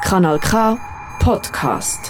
Kanal K Podcast.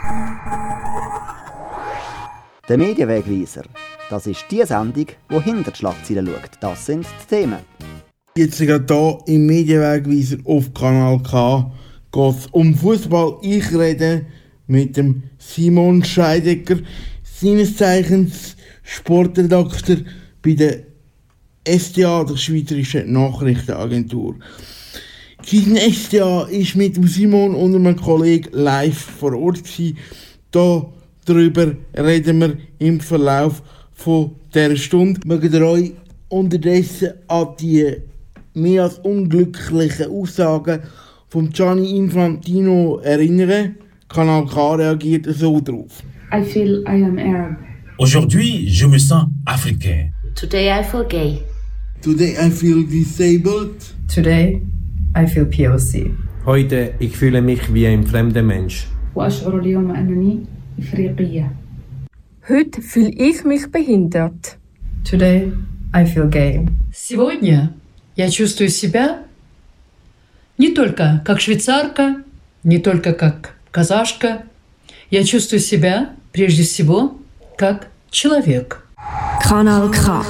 Der Medienwegweiser. Das ist die Sendung, die hinter die Schlagzeilen schaut. Das sind die Themen. Jetzt gerade hier im Medienwegweiser auf Kanal K geht es um Fußball. Ich rede mit dem Simon Scheidegger, seines Zeichens Sportredakteur bei der SDA, der Schweizerischen Nachrichtenagentur. Sein SDA war mit dem Simon und einem Kollegen live vor Ort. Darüber reden wir im Verlauf von dieser Stunde. Mögt ihr euch unterdessen an die mehr als unglücklichen Aussagen von Gianni Infantino erinnern? Kanal K reagiert so drauf. I feel I am Arab. Aujourd'hui, je me sens africain. Today I feel gay. Today I feel disabled. Today I feel POC. Heute, ich fühle mich wie ein fremder Mensch. وأشعر اليوم أنني إفريقية. Heute fühle ich mich behindert. Today I feel gay. Сегодня я чувствую себя не только как швейцарка, не только как казашка. Я чувствую себя прежде всего как человек. Kanal K.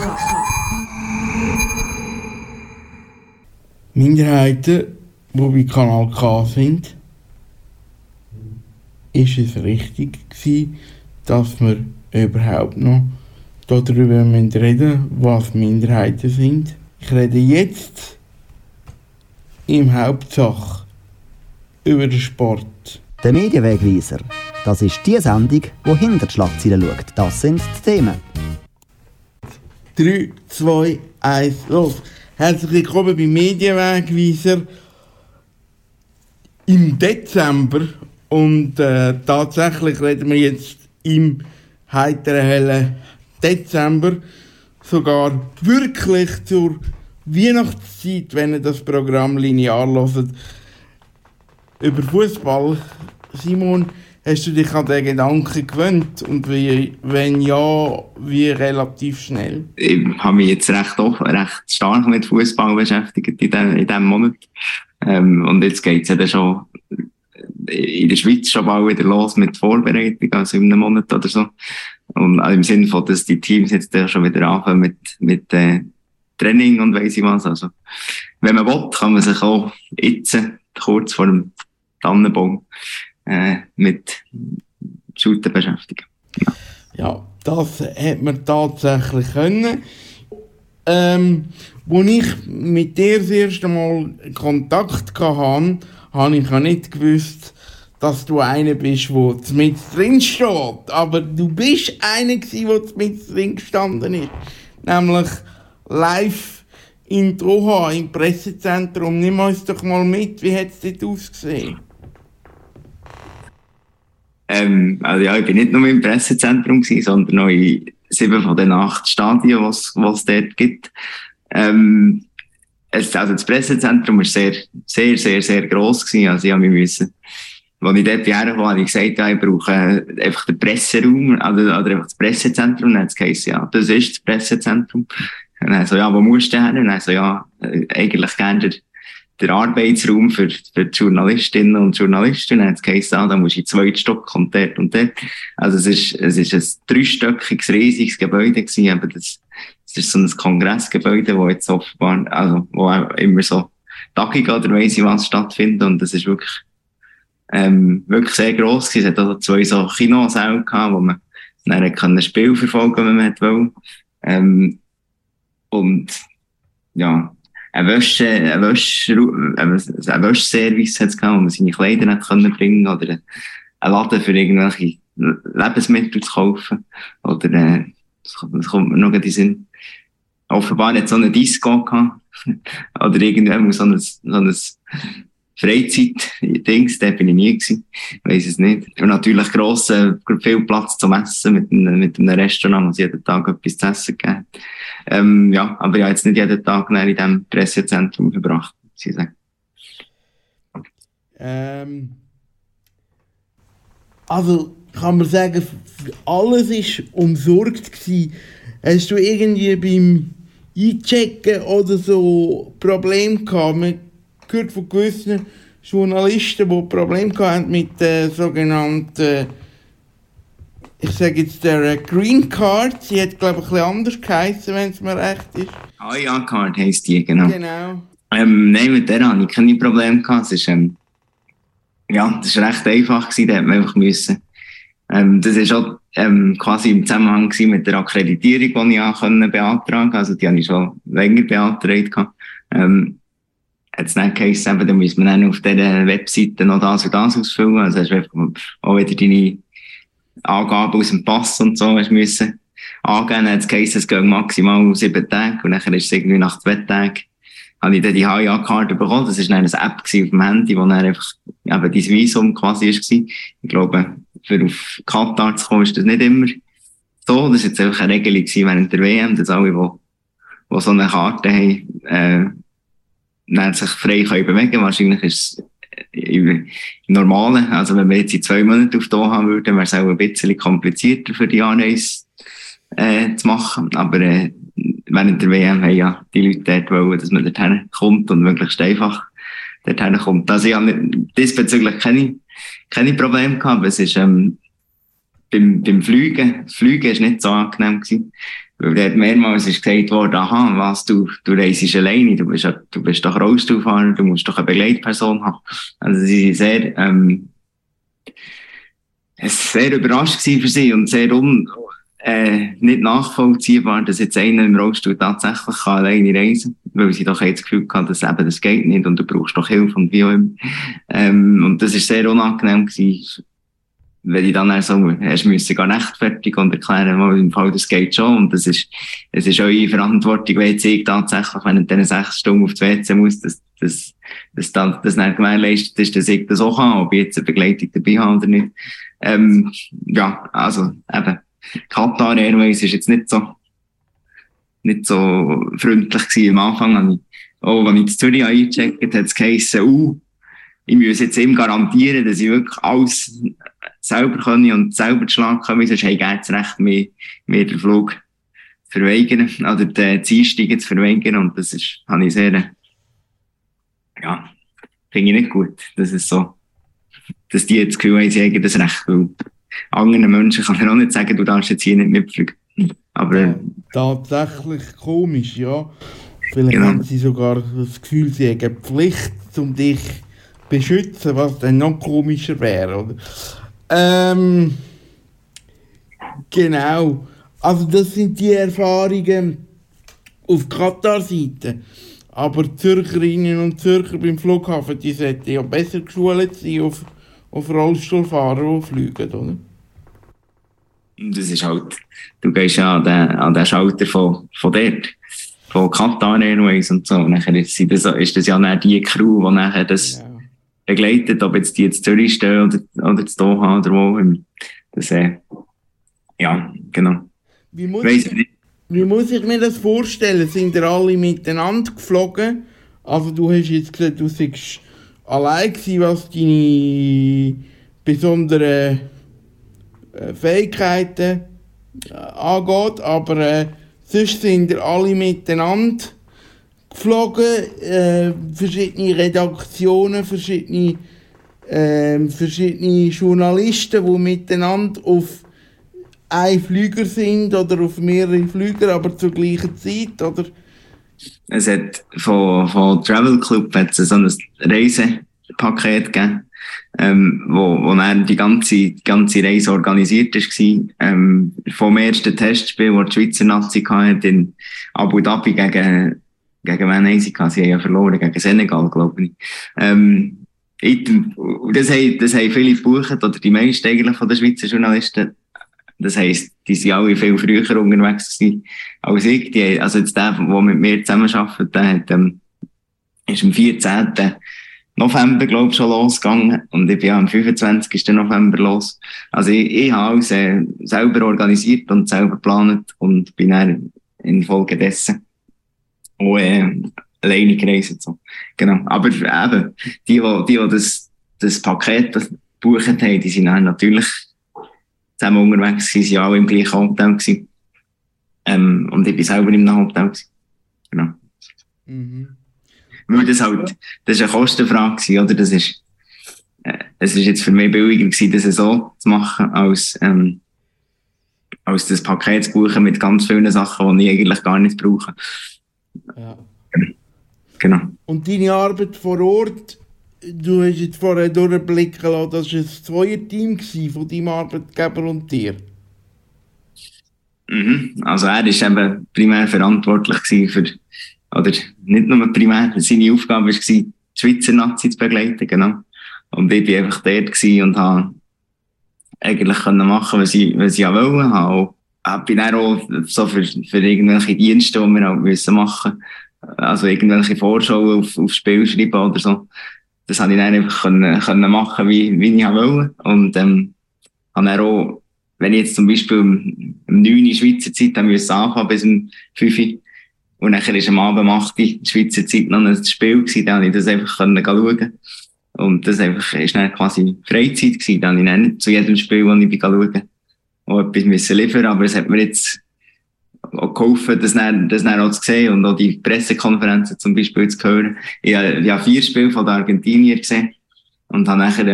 Minderheiten, die bei Kanal K sind, ist es richtig gewesen, dass wir überhaupt noch darüber reden müssen, was Minderheiten sind. Ich rede jetzt im Hauptsache über den Sport. Der Medienwegweiser. Das ist die Sendung, die hinter die Schlagzeilen schaut. Das sind die Themen. 3, 2, 1, los! Herzlich willkommen beim Medienwegweiser im Dezember. Und tatsächlich reden wir jetzt im heiteren, hellen Dezember. Sogar wirklich zur Weihnachtszeit, wenn ihr das Programm linear hört. Über Fußball. Simon, hast du dich an den Gedanken gewöhnt? Und wenn ja, wie relativ schnell? Ich habe mich jetzt recht stark mit Fußball beschäftigt in diesem Monat. Und jetzt geht es ja dann schon in der Schweiz schon bald wieder los mit Vorbereitung, also in einem Monat oder so. Und auch im Sinne von, dass die Teams jetzt schon wieder anfangen mit Training und weiss ich was. Also, wenn man will, kann man sich auch jetzt, kurz vor dem Tannenbaum, mit Shooten beschäftigen. Ja, das hat man tatsächlich können. Als ich mit dir das erste Mal Kontakt hatte, habe ich ja nicht gewusst, dass du einer bist, der mit drin steht. Aber du bist einer gewesen, der mit drin gestanden ist. Nämlich live in Doha, im Pressezentrum. Nimm uns doch mal mit, wie hat es dort ausgesehen? Also ja, ich bin nicht nur im Pressezentrum gewesen, sondern noch in 7 von den 8 Stadien, was es dort gibt. Also das Pressezentrum war sehr gross gewesen. Also ich habe mich müssen, als ich dort herkam, habe ich gesagt, ja, ich brauche einfach den Presseraum, oder einfach das Pressezentrum. Und dann hat es geheißen, ja, das ist das Pressezentrum. Und dann so, ja, wo musst du hin? Und dann so, ja, eigentlich gerne der Arbeitsraum für die Journalistinnen und Journalisten. Und dann hat es geheißen, da musst du in 2. Stock und dort und dort. Also es ist ein 3-stöckiges, riesiges Gebäude gewesen, aber das ist so ein Kongressgebäude, wo jetzt offenbar, also, wo auch immer so Tagungen oder weiss ich was stattfinden. Und das ist wirklich sehr gross gewesen. Es hat also 2 so Kinosäle gehabt, wo man dann Spiel verfolgen konnte, wenn man wollte. Und, ja, ein Wäschservice hat es gehabt, wo man seine Kleider nicht bringen konnte, oder ein Laden für irgendwelche Lebensmittel zu kaufen. Oder, das kommt mir noch in den Sinn. Offenbar hat es so eine Disco gehabt. Oder irgendwann so ein Freizeit-Dings, da bin ich nie gewesen. Ich weiss es nicht. Und natürlich viel Platz zum Essen mit einem Restaurant, wo es jeden Tag etwas zu essen gegeben. Ja, aber ich habe jetzt nicht jeden Tag in diesem Pressezentrum verbracht, muss ich sagen. Also kann man sagen, alles war umsorgt gewesen. Hast du irgendwie beim Einchecken oder so Probleme gehabt? Man gehört von gewissen Journalisten, die Probleme hatten mit der sogenannten, ich sage jetzt der Green Card. Sie hat, glaube ich, ein bisschen anders geheissen, wenn es mir recht ist. Ja-Card heisst die, genau. Genau. Nein, mit der hatte ich keine Probleme gehabt. Das war recht einfach gewesen, da hat man einfach müssen. Das war auch quasi im Zusammenhang mit der Akkreditierung, die ich auch beantragen konnte. Also die habe ich schon länger beantragt. Hat es nicht geheißen, dann muss man dann auf dieser Webseite noch das und das ausfüllen. Also hast du einfach auch wieder deine Angaben aus dem Pass und so müssen angeben. Dann hat es geheißen, es gehen maximal 7 Tage. Und dann ist es irgendwie nach 2 Tagen, habe ich dann die HIA-Karte bekommen. Das war eine App auf dem Handy, wo dann einfach eben dein Visum quasi war. Ich glaube, für auf Katar zu kommen, ist das nicht immer so. Das war jetzt einfach eine Regelung während der WM, dass alle, die so eine Karte haben, dann sich frei können bewegen. Wahrscheinlich ist es im Normalen. Also wenn wir jetzt in 2 Monaten auf Doha haben würden, wäre es auch ein bisschen komplizierter für die Anreise zu machen. Aber während der WM haben ja die Leute dort wollen, dass man dorthin kommt und möglichst einfach dorthin kommt. Also ich habe diesbezüglich keine Probleme gehabt, aber es ist beim Fliegen. Das Fliegen ist nicht so angenehm gewesen. Weil dort mehrmals ist gesagt worden, aha, was, du reist alleine, du bist doch Rollstuhlfahrer, du musst doch eine Begleitperson haben. Also sie waren sehr überrascht gewesen für sie und sehr nicht nachvollziehbar, dass jetzt einer im Rollstuhl tatsächlich alleine reisen kann, weil sie doch das Gefühl hatten, dass eben das geht nicht und du brauchst doch Hilfe und wie auch immer. Und das ist sehr unangenehm gewesen, wenn ich dann so erst müssen rechtfertigen und erklären, mal im Fall, das geht schon. Und es ist eure Verantwortung, wenn jetzt ich tatsächlich, wenn ich dann 6 Stunden auf das WC muss, dass das nicht gewährleistet ist, dass ich das auch kann, ob ich jetzt eine Begleitung dabei habe oder nicht. Ja, also eben, Qatar Airways ist jetzt nicht so freundlich gewesen. Am Anfang habe ich, als ich in Zürich eingecheckt hat es geheissen, ich muss jetzt ihm garantieren, dass ich wirklich alles selber kann und selber zu schlagen kann, sonst habe ich jetzt recht, mir den Flug verweigern, oder die Einsteigen zu verweigern, und das habe ich sehr, ja, finde ich nicht gut, dass es so, dass die jetzt das Gefühl haben, sie haben das Recht, weil anderen Menschen kann man auch nicht sagen, du darfst jetzt hier nicht mitfliegen. Aber tatsächlich komisch, ja. Vielleicht haben sie sogar das Gefühl, sie haben eine Pflicht, um dich zu beschützen, was dann noch komischer wäre, oder? Genau. Also das sind die Erfahrungen auf Katar-Seite. Aber Zürcherinnen und Zürcher beim Flughafen, die sollten ja besser geschult sein auf Rollstuhlfahrer, die fliegen, oder? Das ist halt, du gehst ja an den Schalter von dort, von Qatar Airways und so. Und nachher ist das ja dann die Crew, die nachher das begleitet, ob jetzt die jetzt Zürich stehen oder zu Doha oder wo. Das, ja, genau. Wie muss ich mir das vorstellen? Sind ihr alle miteinander geflogen? Also du hast jetzt gesagt, du seist allein gewesen, was deine besonderen Fähigkeiten angeht, aber sonst sind ihr alle miteinander geflogen, verschiedene Redaktionen, verschiedene Journalisten, die miteinander auf ein Flüger sind oder auf mehrere Flüger, aber zur gleichen Zeit, oder? Es hat von Travel Club hat es so ein Reisepaket gegeben, wo dann die ganze Reise organisiert war. Vom ersten Testspiel, das die Schweizer Nazi hatte, in Abu Dhabi gegen wen haben sie gehabt? Sie haben ja verloren, gegen Senegal, glaube ich. Das haben viele gebucht, oder die meisten eigentlich von den Schweizer Journalisten. Das heisst, die sind alle viel früher unterwegs gewesen als ich. Also jetzt der mit mir zusammenarbeitet, der ist am 14. November, glaube ich, schon losgegangen. Und ich bin ja am 25. November los. Also ich habe alles selber organisiert und selber geplant und bin dann infolgedessen auch alleine gereist. So. Genau. Aber eben, die das Paket gebucht haben, die sind dann natürlich zusammen unterwegs gewesen, sie waren alle im gleichen Hotel gewesen. Und ich bin selber im Hotel gewesen. Genau. Mhm. Weil das war eine Kostenfrage gewesen, oder? Es ist jetzt für mich billiger gewesen, das so zu machen, als das Paket zu buchen mit ganz vielen Sachen, die ich eigentlich gar nicht brauche. Ja. Genau. Und deine Arbeit vor Ort, du hast jetzt vorher durchblicken lassen, das war ein Zweierteam von deinem Arbeitgeber und dir. Also er war eben primär verantwortlich für, oder nicht nur primär, seine Aufgabe war, die Schweizer Nazi zu begleiten, genau. Und ich war einfach dort und konnte eigentlich machen, was ich wollte. Ich bin dann auch so für irgendwelche Dienste, die wir halt machen müssen. Also irgendwelche Vorschauen auf Spiel schreiben oder so. Das konnte ich dann einfach können machen, wie ich wollte. Und habe dann auch, wenn ich jetzt zum Beispiel um 9 Uhr Schweizer Zeit anfangen bis um 5 Uhr, und dann war am Abend um 8 Uhr Schweizer Zeit noch ein Spiel gewesen, dann konnte ich das einfach schauen. Und das ist dann quasi Freizeit gewesen. Dann habe ich nicht zu jedem Spiel, das ich schauen auch etwas liefern, aber es hat mir jetzt auch geholfen, das dann auch zu sehen und auch die Pressekonferenzen zum Beispiel zu hören. Ich habe 4 Spiele von den Argentiniern gesehen und habe nachher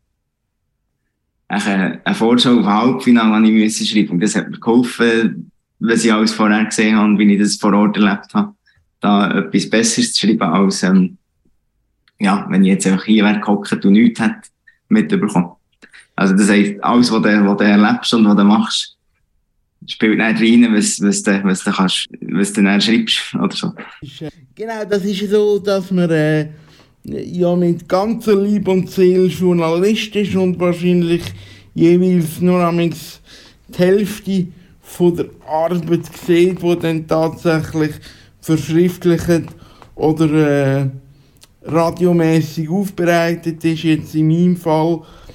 eine Vorschau auf Halbfinale schreiben. Und das hat mir geholfen, was ich alles vorher gesehen habe und wie ich das vor Ort erlebt habe, da etwas Besseres zu schreiben, als wenn ich jetzt einfach hier gehockt und nichts hätte mitbekommen. Also das heisst, alles, was du erlebst und was du machst, spielt nicht rein, was du dann schreibst oder so. Genau, das ist so, dass man mit ganzer Liebe und Seele Journalist ist und wahrscheinlich jeweils nur die Hälfte von der Arbeit sieht, die dann tatsächlich verschriftlicht oder radiomäßig aufbereitet ist, jetzt in meinem Fall.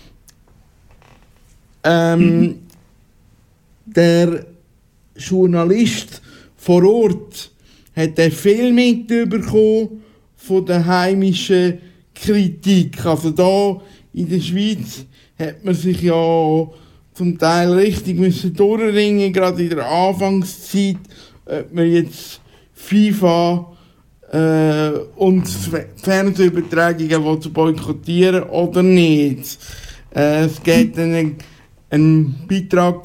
Der Journalist vor Ort hat viel mitbekommen von der heimischen Kritik. Also da in der Schweiz hat man sich ja zum Teil richtig durchringen, gerade in der Anfangszeit, ob man jetzt FIFA und Fernsehübertragungen zu boykottieren oder nicht. Es gibt einen Beitrag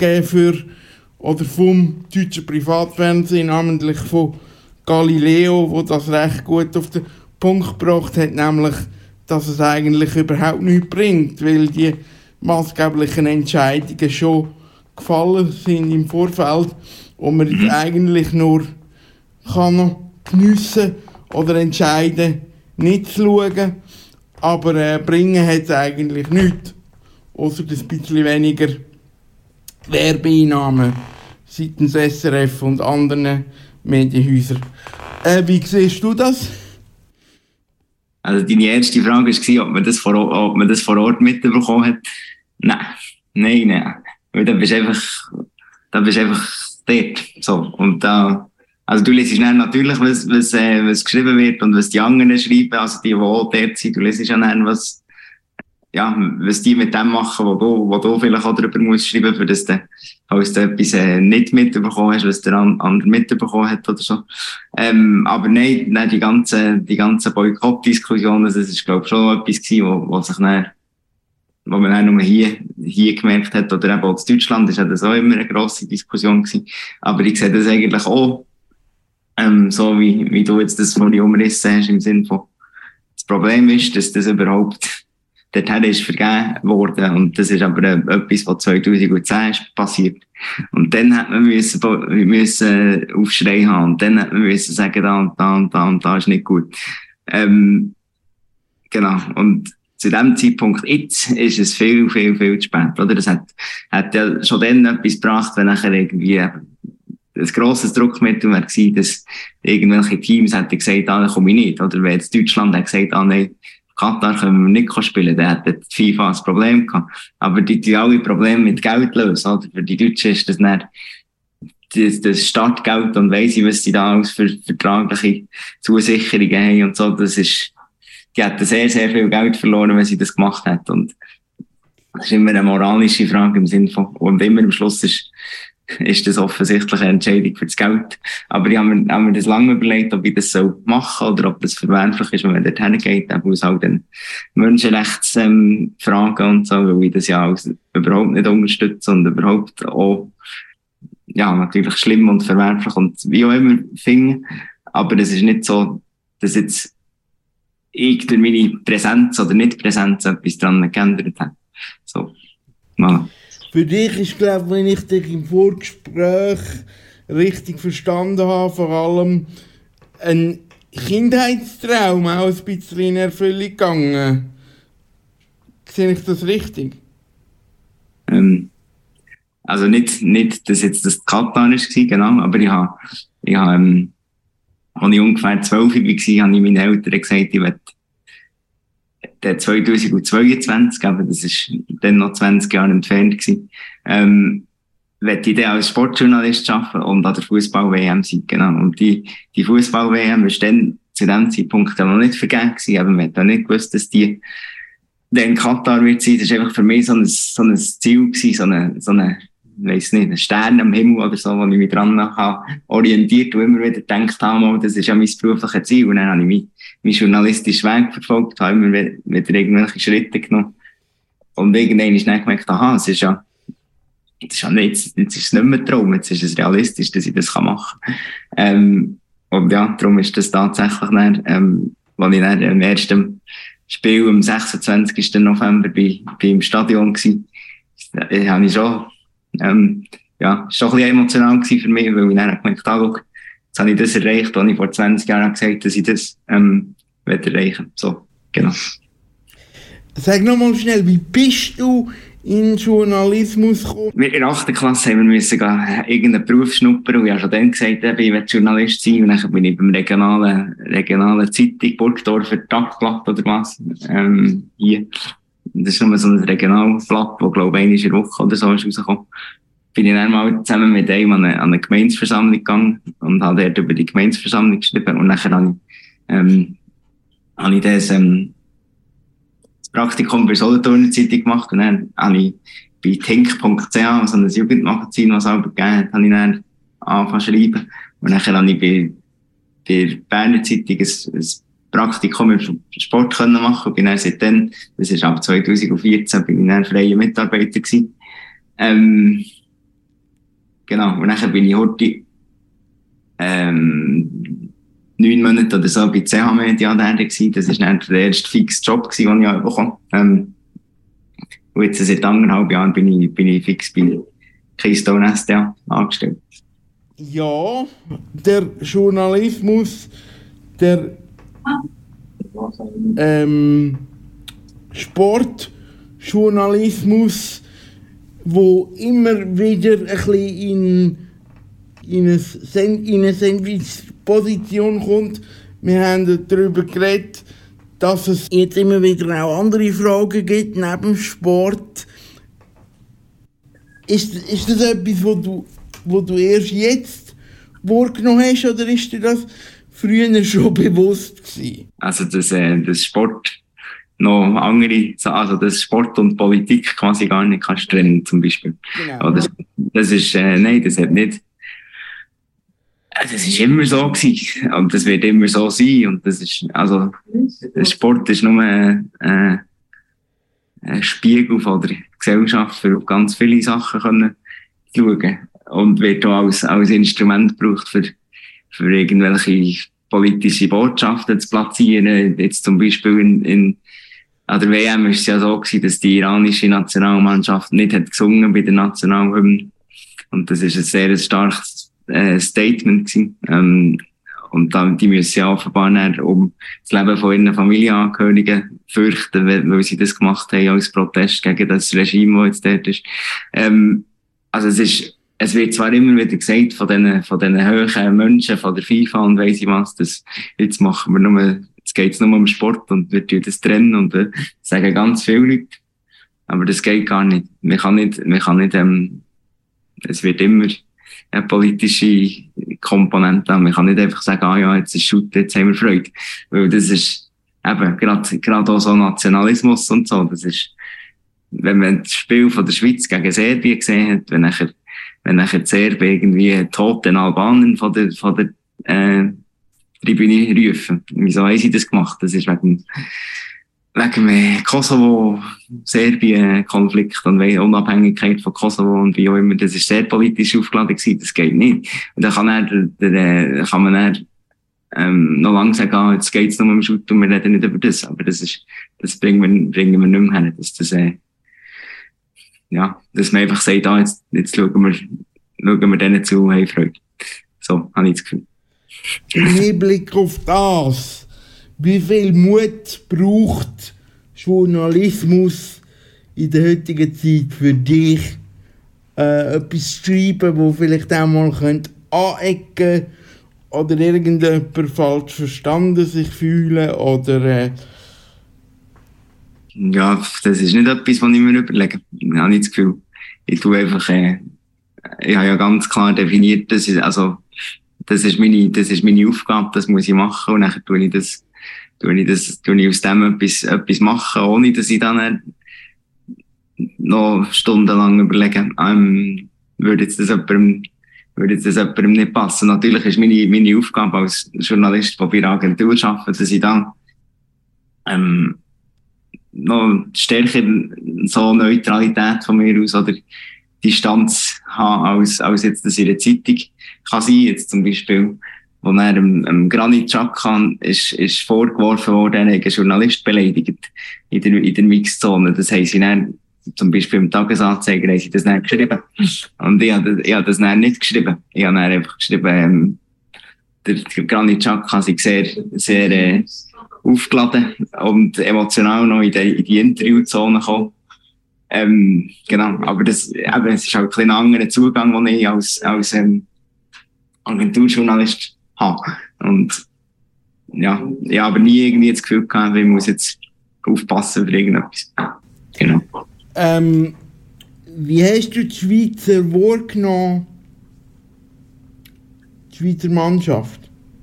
vom deutschen Privatfernsehen, namentlich von Galileo, wo das recht gut auf den Punkt gebracht hat, nämlich, dass es eigentlich überhaupt nichts bringt, weil die maßgeblichen Entscheidungen schon gefallen sind im Vorfeld und man jetzt eigentlich nur kann geniessen oder entscheiden, nicht zu schauen, aber bringen hat es eigentlich nichts. Ausser ein bisschen weniger Werbeeinnahmen seitens SRF und anderen Medienhäusern. Wie siehst du das? Also deine erste Frage war, ob man das vor Ort mitbekommen hat. Nein. Weil da bist du einfach dort. So. Und also du liest dann natürlich, was geschrieben wird und was die anderen schreiben, also die auch dort sind. Du liest dann, was die mit dem machen, wo du vielleicht auch darüber musst schreiben, für das falls du etwas nicht mitbekommen hast, was der andere mitbekommen hat oder so. Aber nein, die ganze Boykott-Diskussion, das ist, glaube ich, schon etwas gewesen, wo man dann nur hier gemerkt hat, oder eben auch in Deutschland ist das auch immer eine grosse Diskussion gewesen. Aber ich sehe das eigentlich auch, so wie du jetzt das vorhin umrissen hast, im Sinne von, das Problem ist, dass das überhaupt dorthin ist vergeben worden. Und das ist aber etwas, was 2010 ist passiert. Und dann hat man müssen Aufschrei haben. Und dann hat man müssen sagen, da ist nicht gut. Genau. Und zu dem Zeitpunkt jetzt ist es viel, viel, viel zu spät, oder? Das hat ja schon dann etwas gebracht, wenn nachher irgendwie ein grosses Druckmittel war, dass irgendwelche Teams hätten gesagt, da komme ich nicht. Oder wenn jetzt Deutschland hat gesagt, nein, Katar können wir nicht spielen, dann hätte die FIFA ein Problem gehabt. Aber die alle Probleme mit Geld lösen, oder? Für die Deutschen ist das nicht das Startgeld und weiss ich, was sie da alles für vertragliche Zusicherungen haben und so. Die hätten sehr, sehr viel Geld verloren, wenn sie das gemacht hätten. Und das ist immer eine moralische Frage im Sinne von, und immer am Schluss ist ist das offensichtlich eine Entscheidung für das Geld. Aber ich habe mir das lange überlegt, ob ich das machen soll oder ob das verwerflich ist, wenn man dort hingeht, aus all den Menschenrechtsfragen und so, weil ich das ja überhaupt nicht unterstütze und überhaupt auch, ja, natürlich schlimm und verwerflich und wie auch immer finde. Aber es ist nicht so, dass jetzt ich durch meine Präsenz oder Nicht-Präsenz etwas daran geändert habe. So, voilà. Für dich ist, glaube ich, wenn ich dich im Vorgespräch richtig verstanden habe, vor allem ein Kindheitstraum auch ein bisschen in Erfüllung gegangen. Sehe ich das richtig? Also nicht, dass jetzt das Katar war, genau, aber ich habe als ich ungefähr 12 war, habe ich meinen Eltern gesagt, ich will 2022, aber das ist dann noch 20 Jahre entfernt gewesen, möchte ich dann als Sportjournalist arbeiten und an der Fußball-WM sein, genau. Und die Fußball-WM war dann zu dem Zeitpunkt noch nicht vergeben gewesen, aber man hat auch nicht gewusst, dass die dann in Katar wird sein. Das war einfach für mich so ein Ziel gewesen, so eine weiss nicht, ein Stern am Himmel oder so, wo ich mich dran habe orientiert und immer wieder gedacht habe, das ist ja mein berufliches Ziel. Und dann habe ich meinen journalistischen Weg verfolgt, habe immer wieder irgendwelche Schritte genommen. Und irgendwann ist dann gemerkt, jetzt ist es nicht mehr ein Traum, jetzt ist es realistisch, dass ich das machen kann. Und ja, darum ist das tatsächlich dann, als ich dann im ersten Spiel am 26. November im Stadion war, habe ich schon, ist schon ein bisschen emotional gewesen für mich, weil ich dann gemerkt habe, jetzt habe ich das erreicht, was ich vor 20 Jahren gesagt habe, dass ich das erreichen will. So, genau. Sag nochmal schnell, wie bist du in Journalismus gekommen? In der 8. Klasse mussten wir irgendeinen Beruf schnuppern und ich habe schon dann gesagt, ich will Journalist sein und dann bin ich beim regionalen Zeitung Burgdorfer Tagblatt oder was, hier. Das ist nur so ein Regionalblatt, das, glaube ich, einmal in der Woche oder so ist rausgekommen. Bin ich dann mal zusammen mit einem an eine Gemeindeversammlung gegangen und habe dort über die Gemeindeversammlung geschrieben. Und nachher habe ich das Praktikum bei Solothurner Zeitung gemacht und dann habe ich bei tink.ch, so ein Jugendmagazin, was es auch gegeben hat, habe ich dann angefangen zu schreiben. Und nachher habe ich bei der Berner Zeitung ein Praktikum im Sport machen und bin dann seitdem, das ist ab 2014, bin ich dann freier Mitarbeiter gewesen. Genau, und nachher bin ich heute 9 Monate oder so bei CH Media gewesen. Das war dann der erste fixe Job gewesen, den ich bekommen habe. Und jetzt seit 1,5 Jahren bin ich fix bei Keystone SDA angestellt. Ja, der Journalismus, der Sportjournalismus, wo immer wieder ein bisschen in eine Sandwich-Position kommt. Wir haben darüber geredet, dass es jetzt immer wieder auch andere Fragen gibt neben dem Sport. Ist das etwas, wo du erst jetzt wahrgenommen hast, oder ist dir das früher schon bewusst gewesen? Also, das Sport noch andere, also das Sport und Politik quasi gar nicht kannst trennen, zum Beispiel. Genau. Oder das ist, nein, das hat nicht, das ist immer so gewesen. Und das wird immer so sein. Und das ist, also, der Sport ist nur ein Spiegel von der Gesellschaft, für ganz viele Sachen können schauen. Und wird auch als Instrument gebraucht, für irgendwelche politische Botschaften zu platzieren. Jetzt zum Beispiel an der WM war es ja so gewesen, dass die iranische Nationalmannschaft nicht hat gesungen bei der Nationalhymne. Und das ist ein sehr starkes Statement gewesen. Und die müssen ja offenbar um das Leben von ihren Familienangehörigen fürchten, weil sie das gemacht haben als Protest gegen das Regime, das jetzt dort ist. Also es wird zwar immer wieder gesagt von diesen hohen Menschen, von der FIFA und weiss ich was, dass jetzt geht's nur um Sport und wir tun das trennen und sagen ganz viele Leute. Aber das geht gar nicht. Man kann nicht, es wird immer eine politische Komponente haben. Man kann nicht einfach sagen, jetzt ist Shoot, jetzt haben wir Freude. Weil das ist eben, gerade auch so Nationalismus und so. Das ist, wenn man das Spiel von der Schweiz gegen Serbien gesehen hat, wenn nachher wenn nachher die Serben irgendwie toten Albaner von der Tribüne rufen. Wieso haben sie das gemacht? Das ist wegen dem Kosovo-Serbien-Konflikt und wegen Unabhängigkeit von Kosovo und wie auch immer. Das ist sehr politisch aufgeladen gewesen. Das geht nicht. Und dann kann man noch lange sagen, jetzt geht's nur um Shoot und wir reden nicht über das. Aber das bringen wir nicht mehr hin. Dass man einfach sagt, jetzt schauen wir denen zu und haben Freude. So, habe ich das Gefühl. Im Hinblick auf das, wie viel Mut braucht Journalismus in der heutigen Zeit für dich, etwas zu schreiben, wo vielleicht auch mal anecken oder irgendjemand falsch verstanden sich fühlen oder Ja, das ist nicht etwas, was ich mir überlege. Ich habe nicht das Gefühl. Ich tue einfach, ich habe ja ganz klar definiert, das ist meine Aufgabe, das muss ich machen und dann tue ich aus dem etwas machen, ohne dass ich dann noch stundenlang überlege, würde jetzt das jemandem nicht passen. Natürlich ist meine Aufgabe als Journalist, der bei einer Agentur arbeitet, dass ich dann noch stärker so Neutralität von mir aus oder Distanz haben, als jetzt das in der Zeitung kann sein. Jetzt zum Beispiel, wo er Granit Xhaka ist vorgeworfen worden, er hat einen Journalist beleidigt in der Mixzone. Das haben sie dann, zum Beispiel im Tagesanzeiger, haben sie das dann geschrieben. Und ich habe das dann nicht geschrieben. Ich habe dann einfach geschrieben, der Granit Xhaka sei sehr aufgeladen und emotional noch in die Interviewzone gekommen. Genau, aber es ist halt ein anderer Zugang, den ich als Agenturjournalist habe. Und ja, ich habe aber nie irgendwie das Gefühl gehabt, ich muss jetzt aufpassen für irgendetwas. Genau. Wie hast du die Schweizer wahrgenommen? Die Schweizer Mannschaft?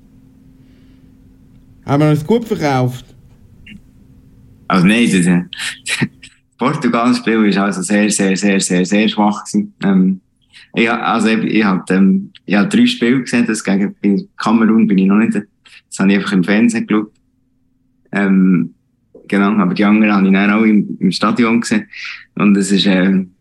Haben wir uns gut verkauft? Also nein, das Portugal-Spiel war also sehr, sehr, sehr, sehr, sehr schwach gewesen. Ich habe 3 Spiele gesehen, das gegen Kamerun bin ich noch nicht. Das habe ich einfach im Fernsehen geschaut. Genau, aber die anderen habe ich dann auch im Stadion gesehen. Und es ist,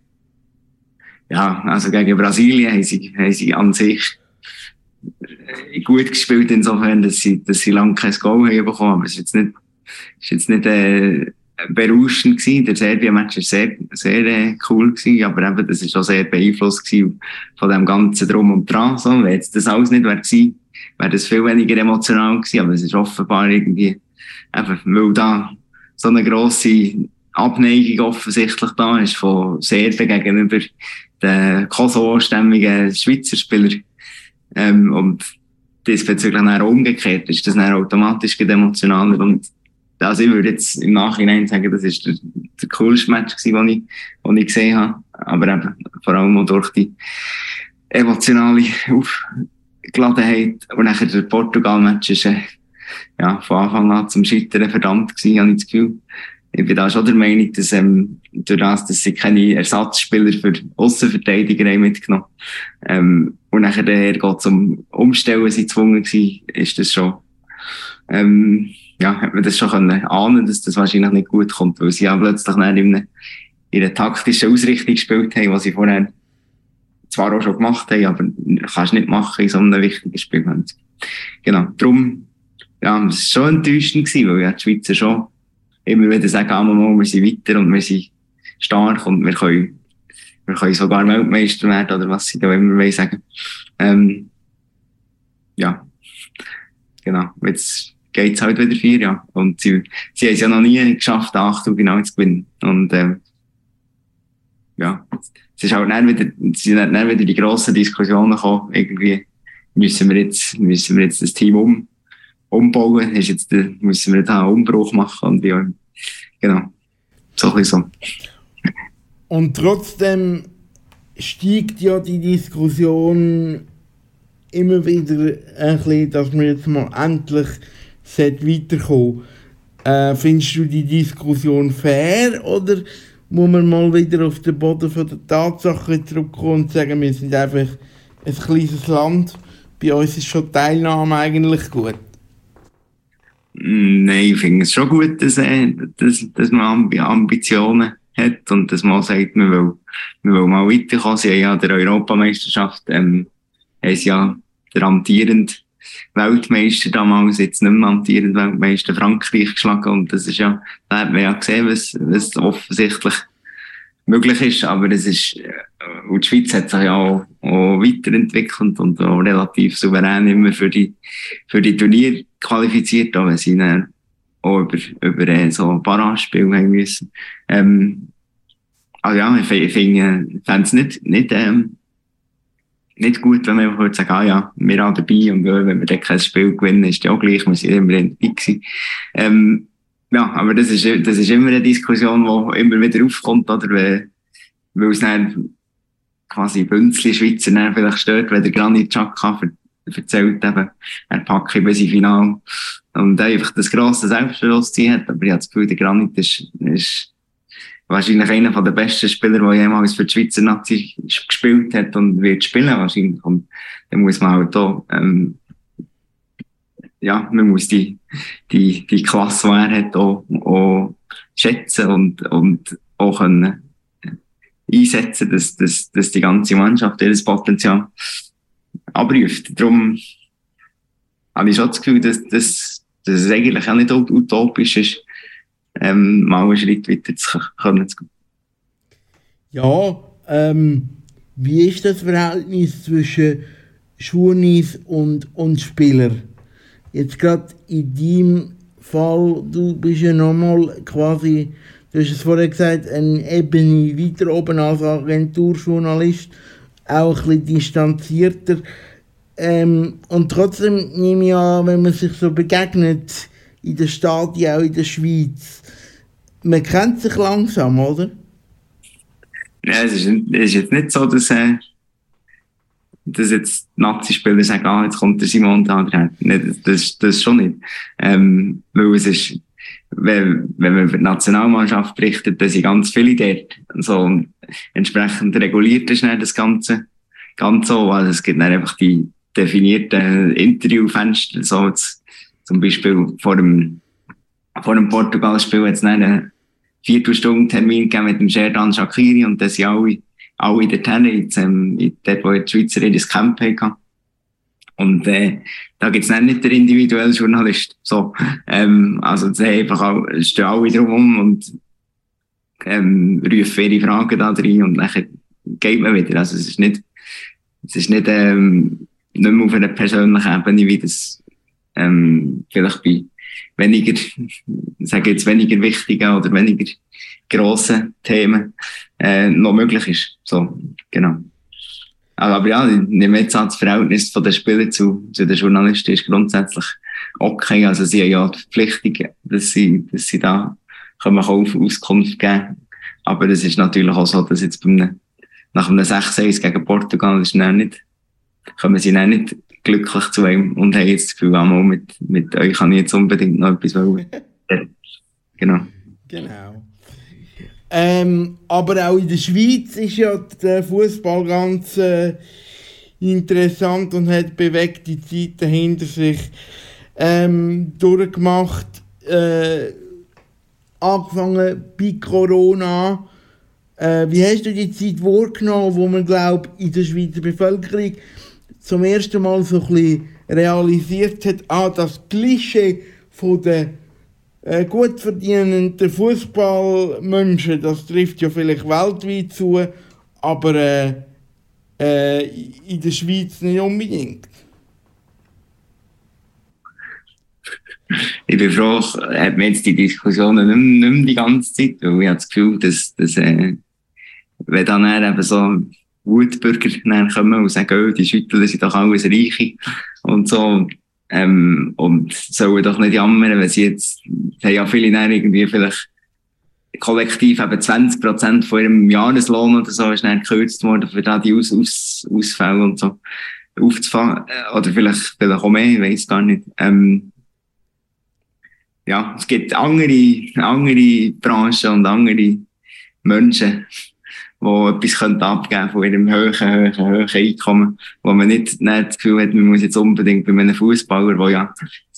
also gegen Brasilien haben sie an sich gut gespielt insofern, dass sie lange kein Goal haben bekommen. Aber es ist jetzt nicht berauschend gewesen. Der Serbien-Match war sehr, sehr cool gewesen, aber eben, das ist auch sehr beeinflusst gewesen von dem ganzen Drum und Dran. So, wenn jetzt das alles nicht wäre gewesen, wäre das viel weniger emotional gewesen, aber es ist offenbar irgendwie, eben, weil da so eine grosse Abneigung offensichtlich da ist von Serben gegenüber den Kosovo-stämmigen Schweizer Spielern. Und diesbezüglich dann umgekehrt ist das dann automatisch emotionaler. Und also ich würde jetzt im Nachhinein sagen, das ist der coolste Match gewesen, den ich gesehen habe. Aber eben vor allem auch durch die emotionale Aufgeladenheit. Und nachher der Portugal-Match ist von Anfang an zum Scheitern verdammt gewesen, habe ich das Gefühl. Ich bin da schon der Meinung, dass durch das, dass sie keine Ersatzspieler für Aussenverteidiger haben mitgenommen und nachher der zum Umstellen sie gezwungen gewesen, ist das schon hat man das schon können ahnen, dass das wahrscheinlich nicht gut kommt, weil sie ja plötzlich in einer taktischen Ausrichtung gespielt haben, was sie vorher zwar auch schon gemacht haben, aber kannst nicht machen in so einem wichtigen Spiel. Genau, darum, es war schon enttäuschend gewesen, weil die Schweizer schon immer wieder sagen, wir sind weiter und wir sind stark und wir können sogar Weltmeister werden oder was sie da immer sagen. Genau, jetzt geht's halt wieder 4 Jahre. Und sie haben es ja noch nie geschafft, ein Achtelfinale zu gewinnen. Und es ist halt dann wieder die grossen Diskussionen gekommen, irgendwie müssen wir jetzt das Team umbauen, müssen wir da einen Umbruch machen und wie auch immer. Genau, so ein bisschen so. Und trotzdem steigt ja die Diskussion immer wieder ein bisschen, dass wir jetzt mal endlich weiterkommen. Findest du die Diskussion fair oder muss man mal wieder auf den Boden von der Tatsachen zurückkommen und sagen, wir sind einfach ein kleines Land. Bei uns ist schon Teilnahme eigentlich gut. Nein, ich finde es schon gut, dass man Ambitionen hat und dass man auch sagt, man will mal weiterkommen. Sie haben ja der Europameisterschaft, haben sie ja der amtierende Weltmeister damals, jetzt nicht mehr amtierende Weltmeister Frankreich geschlagen, und das ist ja, da hat man ja gesehen, was offensichtlich möglich ist, aber es ist, und die Schweiz hat sich ja auch weiterentwickelt und auch relativ souverän immer für die Turniere qualifiziert, auch wenn sie dann auch über so Barrage-Spiele haben müssen. Also ja, ich fände es nicht gut, wenn man einfach sagen, ja, wir sind dabei, und wenn wir dann kein Spiel gewinnen, ist ja auch gleich, wir sind immer dabei gewesen. Ja, aber das ist immer eine Diskussion, die immer wieder aufkommt, oder? Weil es dann quasi Bünzli Schweizer dann vielleicht stört, wenn der Granit Xhaka erzählt eben, er packe bis ins Finale und einfach das grosse Selbstbewusstsein hat. Aber ich habe das Gefühl, der Granit ist wahrscheinlich einer der besten Spieler, der jemals für die Schweizer Nazi gespielt hat und wird spielen wahrscheinlich. Und dann muss man halt auch, ja, man muss die Klasse, die er hat, auch schätzen und auch können einsetzen, dass die ganze Mannschaft ihr Potenzial abruft. Darum habe ich schon das Gefühl, dass es eigentlich auch nicht utopisch ist, mal einen Schritt weiter zu gehen. Ja, wie ist das Verhältnis zwischen Schulnis und Spieler? Jetzt gerade in deinem Fall, du bist ja nochmal quasi, du hast es vorher gesagt, eine Ebene weiter oben als Agenturjournalist, auch ein bisschen distanzierter. Und trotzdem nehme ich an, wenn man sich so begegnet, in den Stadien, auch in der Schweiz, man kennt sich langsam, oder? Ja, es ist jetzt nicht so, dass jetzt Nazi-Spieler sagen, jetzt kommt der Simon da rein. Das schon nicht. Weil es ist, wenn man über die Nationalmannschaft berichtet, dann sind ganz viele dort. So, und entsprechend reguliert ist dann das Ganze ganz so. Also es gibt dann einfach die definierten Interviewfenster. So jetzt, zum Beispiel vor dem Portugal-Spiel hat es dann einen Viertelstundentermin gegeben mit dem Xherdan Shaqiri, und das sind alle dorthin, dort, wo die Schweizer das Camp hatten. Und da gibt es dann nicht den individuellen Journalist. So, also es stehen alle drumherum und rufen ihre Fragen da rein, und dann geht man wieder. Also es ist nicht mehr auf einer persönlichen Ebene, wie das vielleicht bei weniger wichtigen oder weniger grossen Themen noch möglich ist. So, genau. Aber ja, ich nehme jetzt an, das Verhältnis von den Spielern zu den Journalisten ist grundsätzlich okay. Also sie haben ja die Verpflichtung, dass sie da können auf Auskunft geben. Aber es ist natürlich auch so, dass jetzt nach einem 6-1 gegen Portugal kommen sie dann nicht glücklich zu einem und haben jetzt das Gefühl, einmal mit euch kann ich jetzt unbedingt noch etwas wollen. Genau. Aber auch in der Schweiz ist ja der Fußball ganz interessant und hat bewegte Zeiten hinter sich durchgemacht. Angefangen bei Corona. Wie hast du die Zeit wahrgenommen, wo man, glaube ich, in der Schweizer Bevölkerung zum ersten Mal so ein bisschen realisiert hat, das Klischee von den gut verdienenden Fußballmenschen, das trifft ja vielleicht weltweit zu, aber in der Schweiz nicht unbedingt. Ich bin froh, hat man jetzt die Diskussionen nicht mehr die ganze Zeit, weil ich habe das Gefühl, dass wenn dann eben so Wutbürger kommen und sagen, die Schüttler sind doch alles Reiche und so, und sollen doch nicht jammern, wenn sie jetzt, haben ja viele dann irgendwie vielleicht kollektiv eben 20% von ihrem Jahreslohn oder so ist dann gekürzt worden, für da die Ausfälle und so aufzufangen, oder vielleicht auch mehr, ich weiss gar nicht. Ja, es gibt andere Branchen und andere Menschen, die etwas abgeben können von ihrem hohen Einkommen, wo man nicht das Gefühl hat, man muss jetzt unbedingt bei einem Fußballer, der ja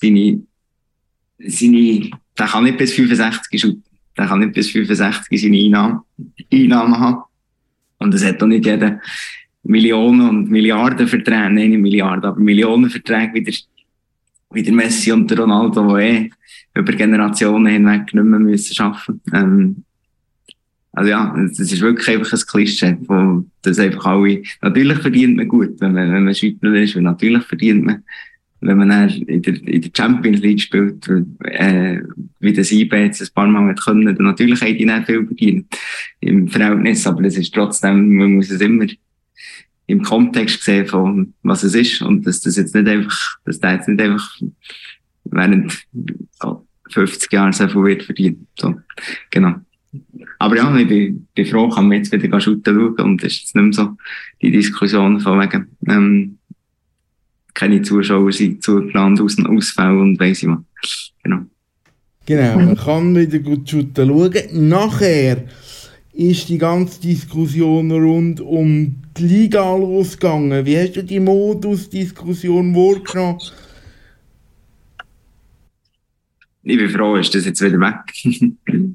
der kann nicht bis 65 shooten, der kann nicht bis 65 seine Einnahmen haben. Und es hat auch nicht jeder Millionen und Milliarden Verträge, nicht Milliarden, aber Millionen Verträge wie der Messi und der Ronaldo, die über Generationen hinweg nicht mehr müssen arbeiten. Also ja, das ist wirklich einfach ein Klischee, wo das einfach alle, natürlich verdient man gut, wenn man Schweizer ist, und natürlich verdient man, wenn man dann in der Champions League spielt, wie das IB jetzt ein paar Mal hat können, dann natürlich haben die nicht viel verdient im Verhältnis, aber das ist trotzdem, man muss es immer im Kontext sehen von was es ist, und dass der jetzt nicht einfach während 50 Jahren so viel wird verdient. So, genau. Aber ja, ich bin froh, kann man jetzt wieder shooten schauen, und es ist jetzt nicht mehr so die Diskussion von wegen, keine Zuschauer sind zugeplant, Ausfälle und weiss ich was. Genau, man kann wieder gut shooten schauen. Nachher ist die ganze Diskussion rund um die Liga losgegangen. Wie hast du die Modus-Diskussion wahrgenommen? Ich bin froh, ist das jetzt wieder weg.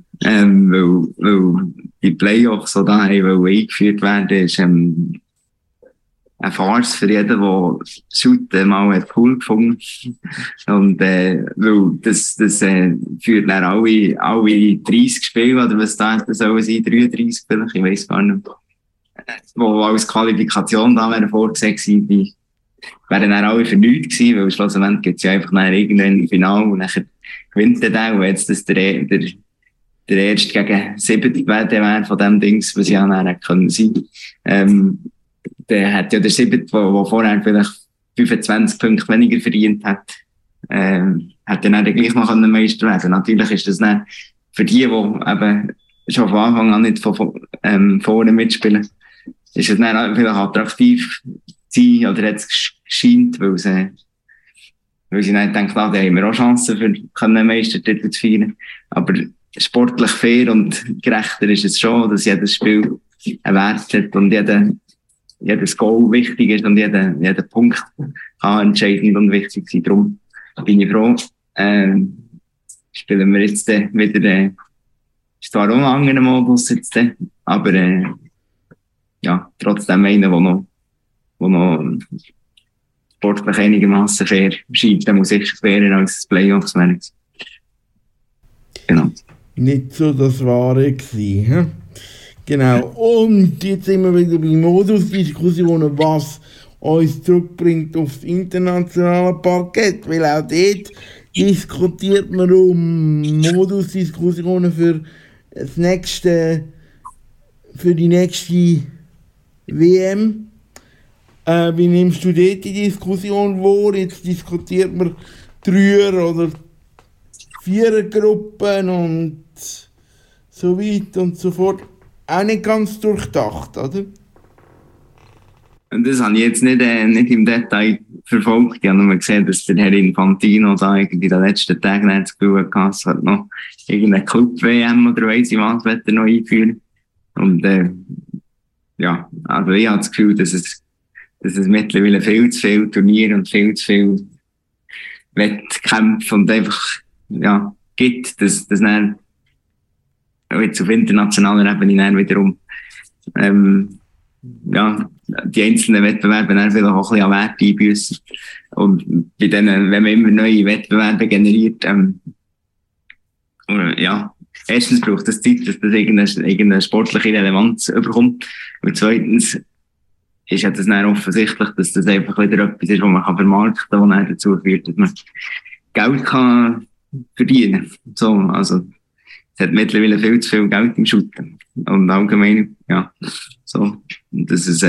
Weil die Playoffs so da eingeführt werden, ist eine Farce für jeden, der Shooten mal hat cool gefunden. Und weil das führt dann alle 30 Spiele, oder was da sollen sein, 33 vielleicht, ich weiss gar nicht. Wo als Qualifikation da wären vorgesehen gewesen, wären dann alle für nichts gewesen, weil schlussendlich gibt es ja einfach irgendwann ein Finale und dann gewinnt der, und jetzt das der erste gegen 70 wäre von dem Dings, was ja dann können sein. Der hat ja der 7, der vorher vielleicht 25 Punkte weniger verdient hat, hat dann gleich noch Meister werden. Natürlich ist das dann für die eben schon von Anfang an nicht vorne mitspielen, ist es dann vielleicht attraktiv zu sein, oder hat es gescheint, weil sie dann denken, klar, da haben wir auch Chancen für einen Meistertitel zu feiern. Aber sportlich fair und gerechter ist es schon, dass jedes Spiel einen Wert hat und jedes Goal wichtig ist und jeder Punkt kann entscheidend und wichtig sein. Darum bin ich froh. Spielen wir jetzt wieder, ist zwar auch ein anderer Modus jetzt, aber ja, trotzdem einer, der noch sportlich einigermaßen fair scheint. Der muss sicher fairer als das Playoffs werden. Genau. Nicht so das Wahre gewesen, he? Genau. Und jetzt sind wir wieder bei Modusdiskussionen, was uns zurückbringt aufs internationale Parkett, weil auch dort diskutiert man um Modusdiskussionen für die nächste WM. Wie nimmst du dort die Diskussion wahr? Jetzt diskutiert man 3er- oder 4er-Gruppen und so weiter und so fort. Auch nicht ganz durchdacht, oder? Und das habe ich jetzt nicht im Detail verfolgt. Ich habe nur gesehen, dass der Herr Infantino da irgendwie in den letzten Tagen das Gefühl hatte, es hat noch irgendeine Club-WM oder weiss ich was, wird er noch einführen. Und ja, also ich habe das Gefühl, dass es mittlerweile viel zu viele Turniere und viel zu viele Wettkämpfe und einfach gibt, dass dann jetzt auf internationaler Ebene dann wiederum die einzelnen Wettbewerbe dann vielleicht auch ein bisschen an Wert einbüssen. Und bei denen, wenn man immer neue Wettbewerbe generiert, erstens braucht es Zeit, dass das irgendeine sportliche Relevanz überkommt. Und zweitens ist ja das dann offensichtlich, dass das einfach wieder etwas ist, was man vermarkten kann, was dann dazu führt, dass man Geld kann verdienen. So, also, es hat mittlerweile viel zu viel Geld im Shooten. Und allgemein, ja, so. Und das ist,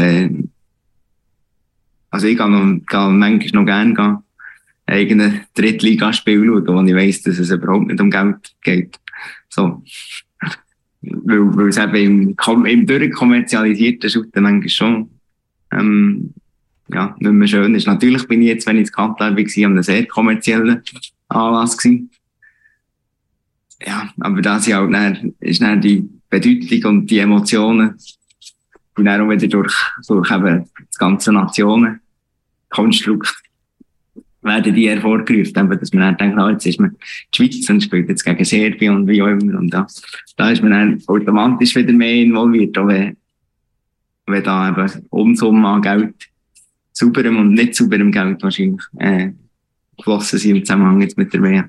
also ich kann manchmal noch gerne eigene Drittligaspiel schauen, wo ich weiss, dass es überhaupt nicht um Geld geht. So. Weil es eben im durchkommerzialisierten Shooten manchmal schon, nicht mehr schön ist. Natürlich bin ich jetzt, wenn ich in Katar war, an einem sehr kommerziellen Anlass gewesen. Ja, aber das ist dann die Bedeutung und die Emotionen und dann auch wieder durch eben das ganze Nationenkonstrukt werden die hervorgerufen, eben, dass man dann denkt, jetzt ist man die Schweiz und spielt jetzt gegen Serbien und wie auch immer. Und da ist man dann automatisch wieder mehr involviert, auch wenn da eben Unsummen an Geld, sauberem und nicht sauberem Geld wahrscheinlich, geflossen sind im Zusammenhang jetzt mit der WM.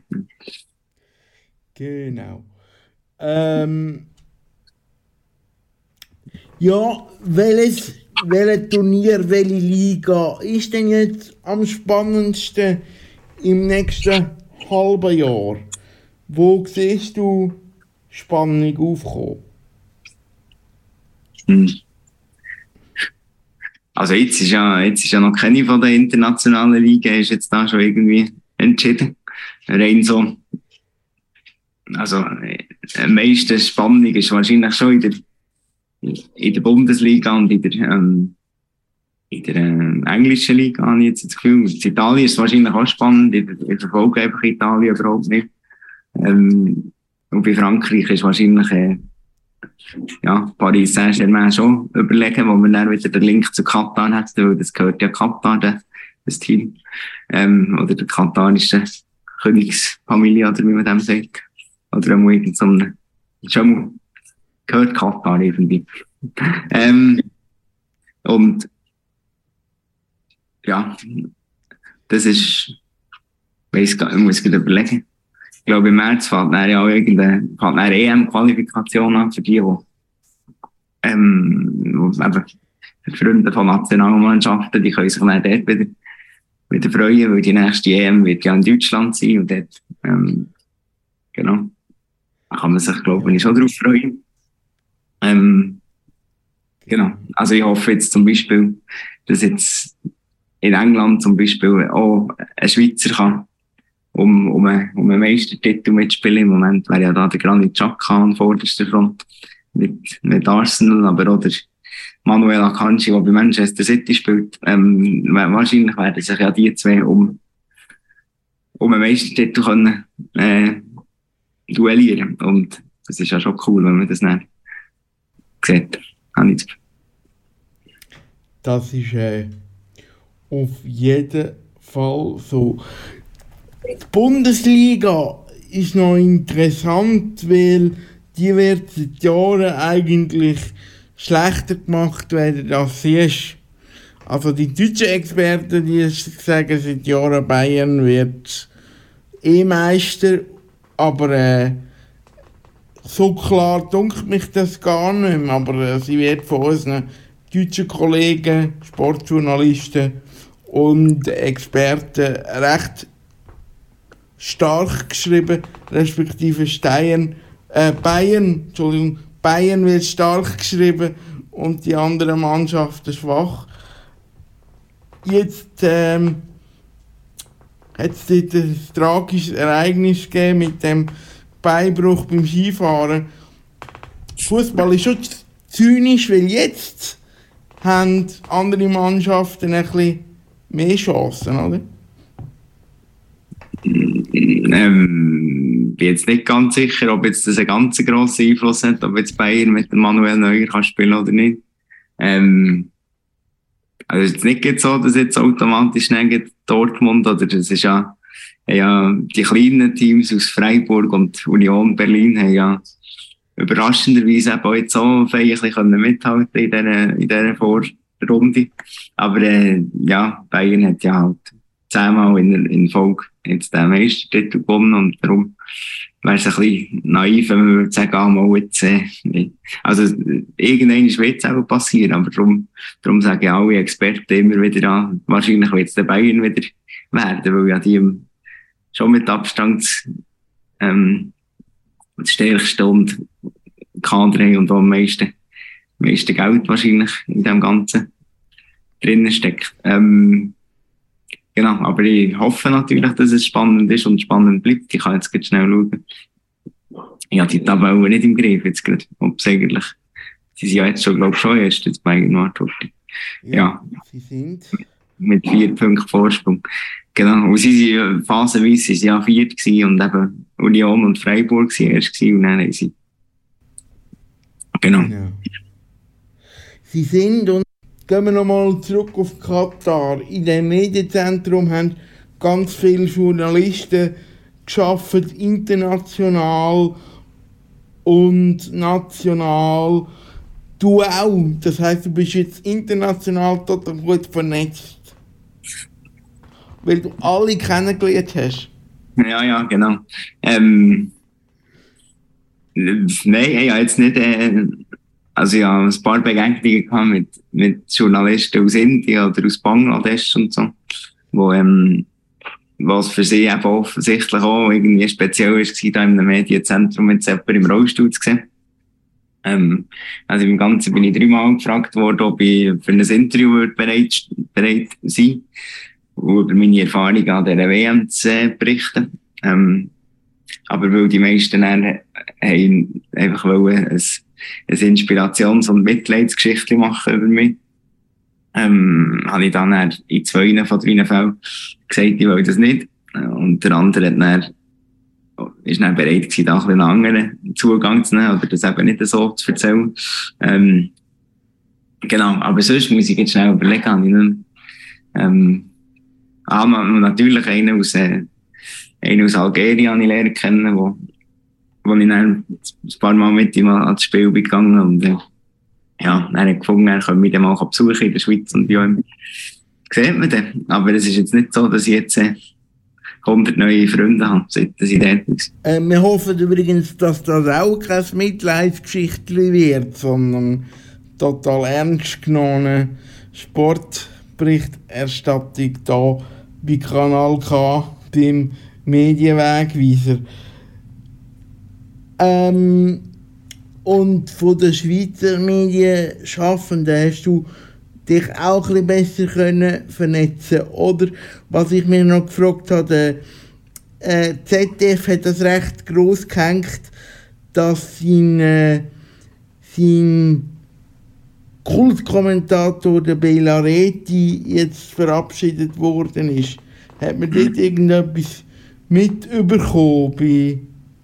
Genau. Ja, welches Turnier, welche Liga ist denn jetzt am spannendsten im nächsten halben Jahr? Wo siehst du Spannung aufkommen? Also jetzt ist ja noch keine von den internationalen Ligen ist jetzt da schon irgendwie entschieden. Rein so. Also am meisten Spannung ist wahrscheinlich schon in der Bundesliga und in der englischen Liga, habe ich jetzt das Gefühl. In Italien ist es wahrscheinlich auch spannend. Ich verfolge einfach Italien überhaupt nicht. Und bei Frankreich ist wahrscheinlich Paris Saint-Germain schon überlegen, wo man dann wieder den Link zu Katar hat, weil das gehört ja Katar, das Team. Oder der katarische Königsfamilie, oder wie man dem sagt. Oder einmal irgend so eine, schon mal gehört Katar irgendwie. Und ja, das ist, ich muss gerade überlegen. Ich glaube, im März fällt dann ja irgendeine EM-Qualifikation an für die eben Freunde von Nationalmannschaften, die können sich dann dort wieder freuen, weil die nächste EM wird ja in Deutschland sein und dort, genau, da kann man sich, glaube ich, schon drauf freuen. Genau, also ich hoffe jetzt zum Beispiel, dass jetzt in England zum Beispiel auch ein Schweizer kann um einen Meistertitel mitspielen. Im Moment wäre ja da der Granit Xhaka an vorderster Front mit Arsenal, aber auch der Manuel Akanji, der bei Manchester City spielt. Wahrscheinlich werden sich ja die zwei um einen Meistertitel können duellieren. Und das ist ja schon cool, wenn man das nicht sieht. Das ist auf jeden Fall so. Die Bundesliga ist noch interessant, weil die wird seit Jahren eigentlich schlechter gemacht werden, als sie ist. Also die deutschen Experten, die sagen seit Jahren, Bayern wird Meister, aber so klar dunkelt mich das gar nicht mehr, aber sie wird von unseren deutschen Kollegen, Sportjournalisten und Experten recht stark geschrieben, respektive Bayern wird stark geschrieben und die anderen Mannschaften schwach. Jetzt hat es dort ein tragisches Ereignis gegeben mit dem Beinbruch beim Skifahren. Fußball ist schon zynisch, weil jetzt haben andere Mannschaften ein bisschen mehr Chancen, oder? Bin jetzt nicht ganz sicher, ob jetzt das einen ganz grossen Einfluss hat, ob jetzt Bayern mit dem Manuel Neuer kann spielen oder nicht. Also es ist nicht so, dass jetzt automatisch neben Dortmund, oder das ist ja die kleinen Teams aus Freiburg und Union Berlin haben ja überraschenderweise eben auch jetzt so feierlich mithalten in dieser Vorrunde. Aber Bayern hat ja halt 10-mal in Folge jetzt den Meistertitel gewonnen und darum wäre es ein bisschen naiv, wenn man würde sagen, jetzt, also irgendwann wird es auch passieren, aber darum sagen alle Experten immer wieder an, wahrscheinlich wird es der Bayern wieder werden, weil ja die schon mit Abstand das stärkste und Kader haben und auch am meisten Geld wahrscheinlich in dem Ganzen drinnen steckt. Genau, aber ich hoffe natürlich, dass es spannend ist und spannend bleibt. Ich kann jetzt ganz schnell schauen. Ich habe die Tabelle nicht im Griff jetzt gerade, ob es eigentlich, sie sind ja jetzt schon, glaube ich, schon erst jetzt bei Nordhorn. Ja, sie sind mit 4 Punkten Vorsprung. Genau, und sie sind phasenweise ja 4 gewesen und eben Union und Freiburg waren erst gewesen und dann haben sie Genau. Sie sind, und gehen wir nochmal zurück auf Katar, in dem Medienzentrum haben ganz viele Journalisten gearbeitet, international und national. Du auch. Das heisst, du bist jetzt international total gut vernetzt. Weil du alle kennengelernt hast. Ja, genau. Nein, ich habe jetzt nicht, also ja, ein paar Begegnungen gehabt mit Journalisten aus Indien oder aus Bangladesch und so, was für sie eben offensichtlich auch irgendwie speziell ist, da in einem Medienzentrum mit jemandem im Rollstuhl zu sehen. Also im Ganzen bin ich 3-mal gefragt worden, ob ich für ein Interview bereit sein, über meine Erfahrungen an dieser WM zu berichten. Aber weil die meisten dann einfach wollen ein Inspirations- und Mitleidsgeschichte machen über mich, habe ich dann in 2 von 3 Fällen gesagt, ich will das nicht. Und der andere ist dann bereit gewesen, da einen anderen Zugang zu nehmen oder das eben nicht so zu erzählen. Genau, aber sonst muss ich jetzt schnell überlegen. Natürlich einen aus Algerien habe ich lernen kennen, wo ich dann ein paar Mal mit ihm ans Spiel bin gegangen und dann habe ich gefunden, er könnte mich dann mal besuchen in der Schweiz und bei ihm sieht man dann. Aber es ist jetzt nicht so, dass ich jetzt 100 neue Freunde habe, seit ich dort war. Wir hoffen übrigens, dass das auch kein Mitleidsgeschichtchen wird, sondern total ernst genommene Sportberichterstattung hier bei Kanal K, beim Medienwegweiser. Und von den Schweizer Medienschaffenden hast du dich auch ein bisschen besser vernetzen können, oder? Was ich mir noch gefragt habe, der ZDF hat das recht gross gehängt, dass sein Kultkommentator, der Belareti, jetzt verabschiedet worden ist. Hat man dort irgendetwas mitbekommen?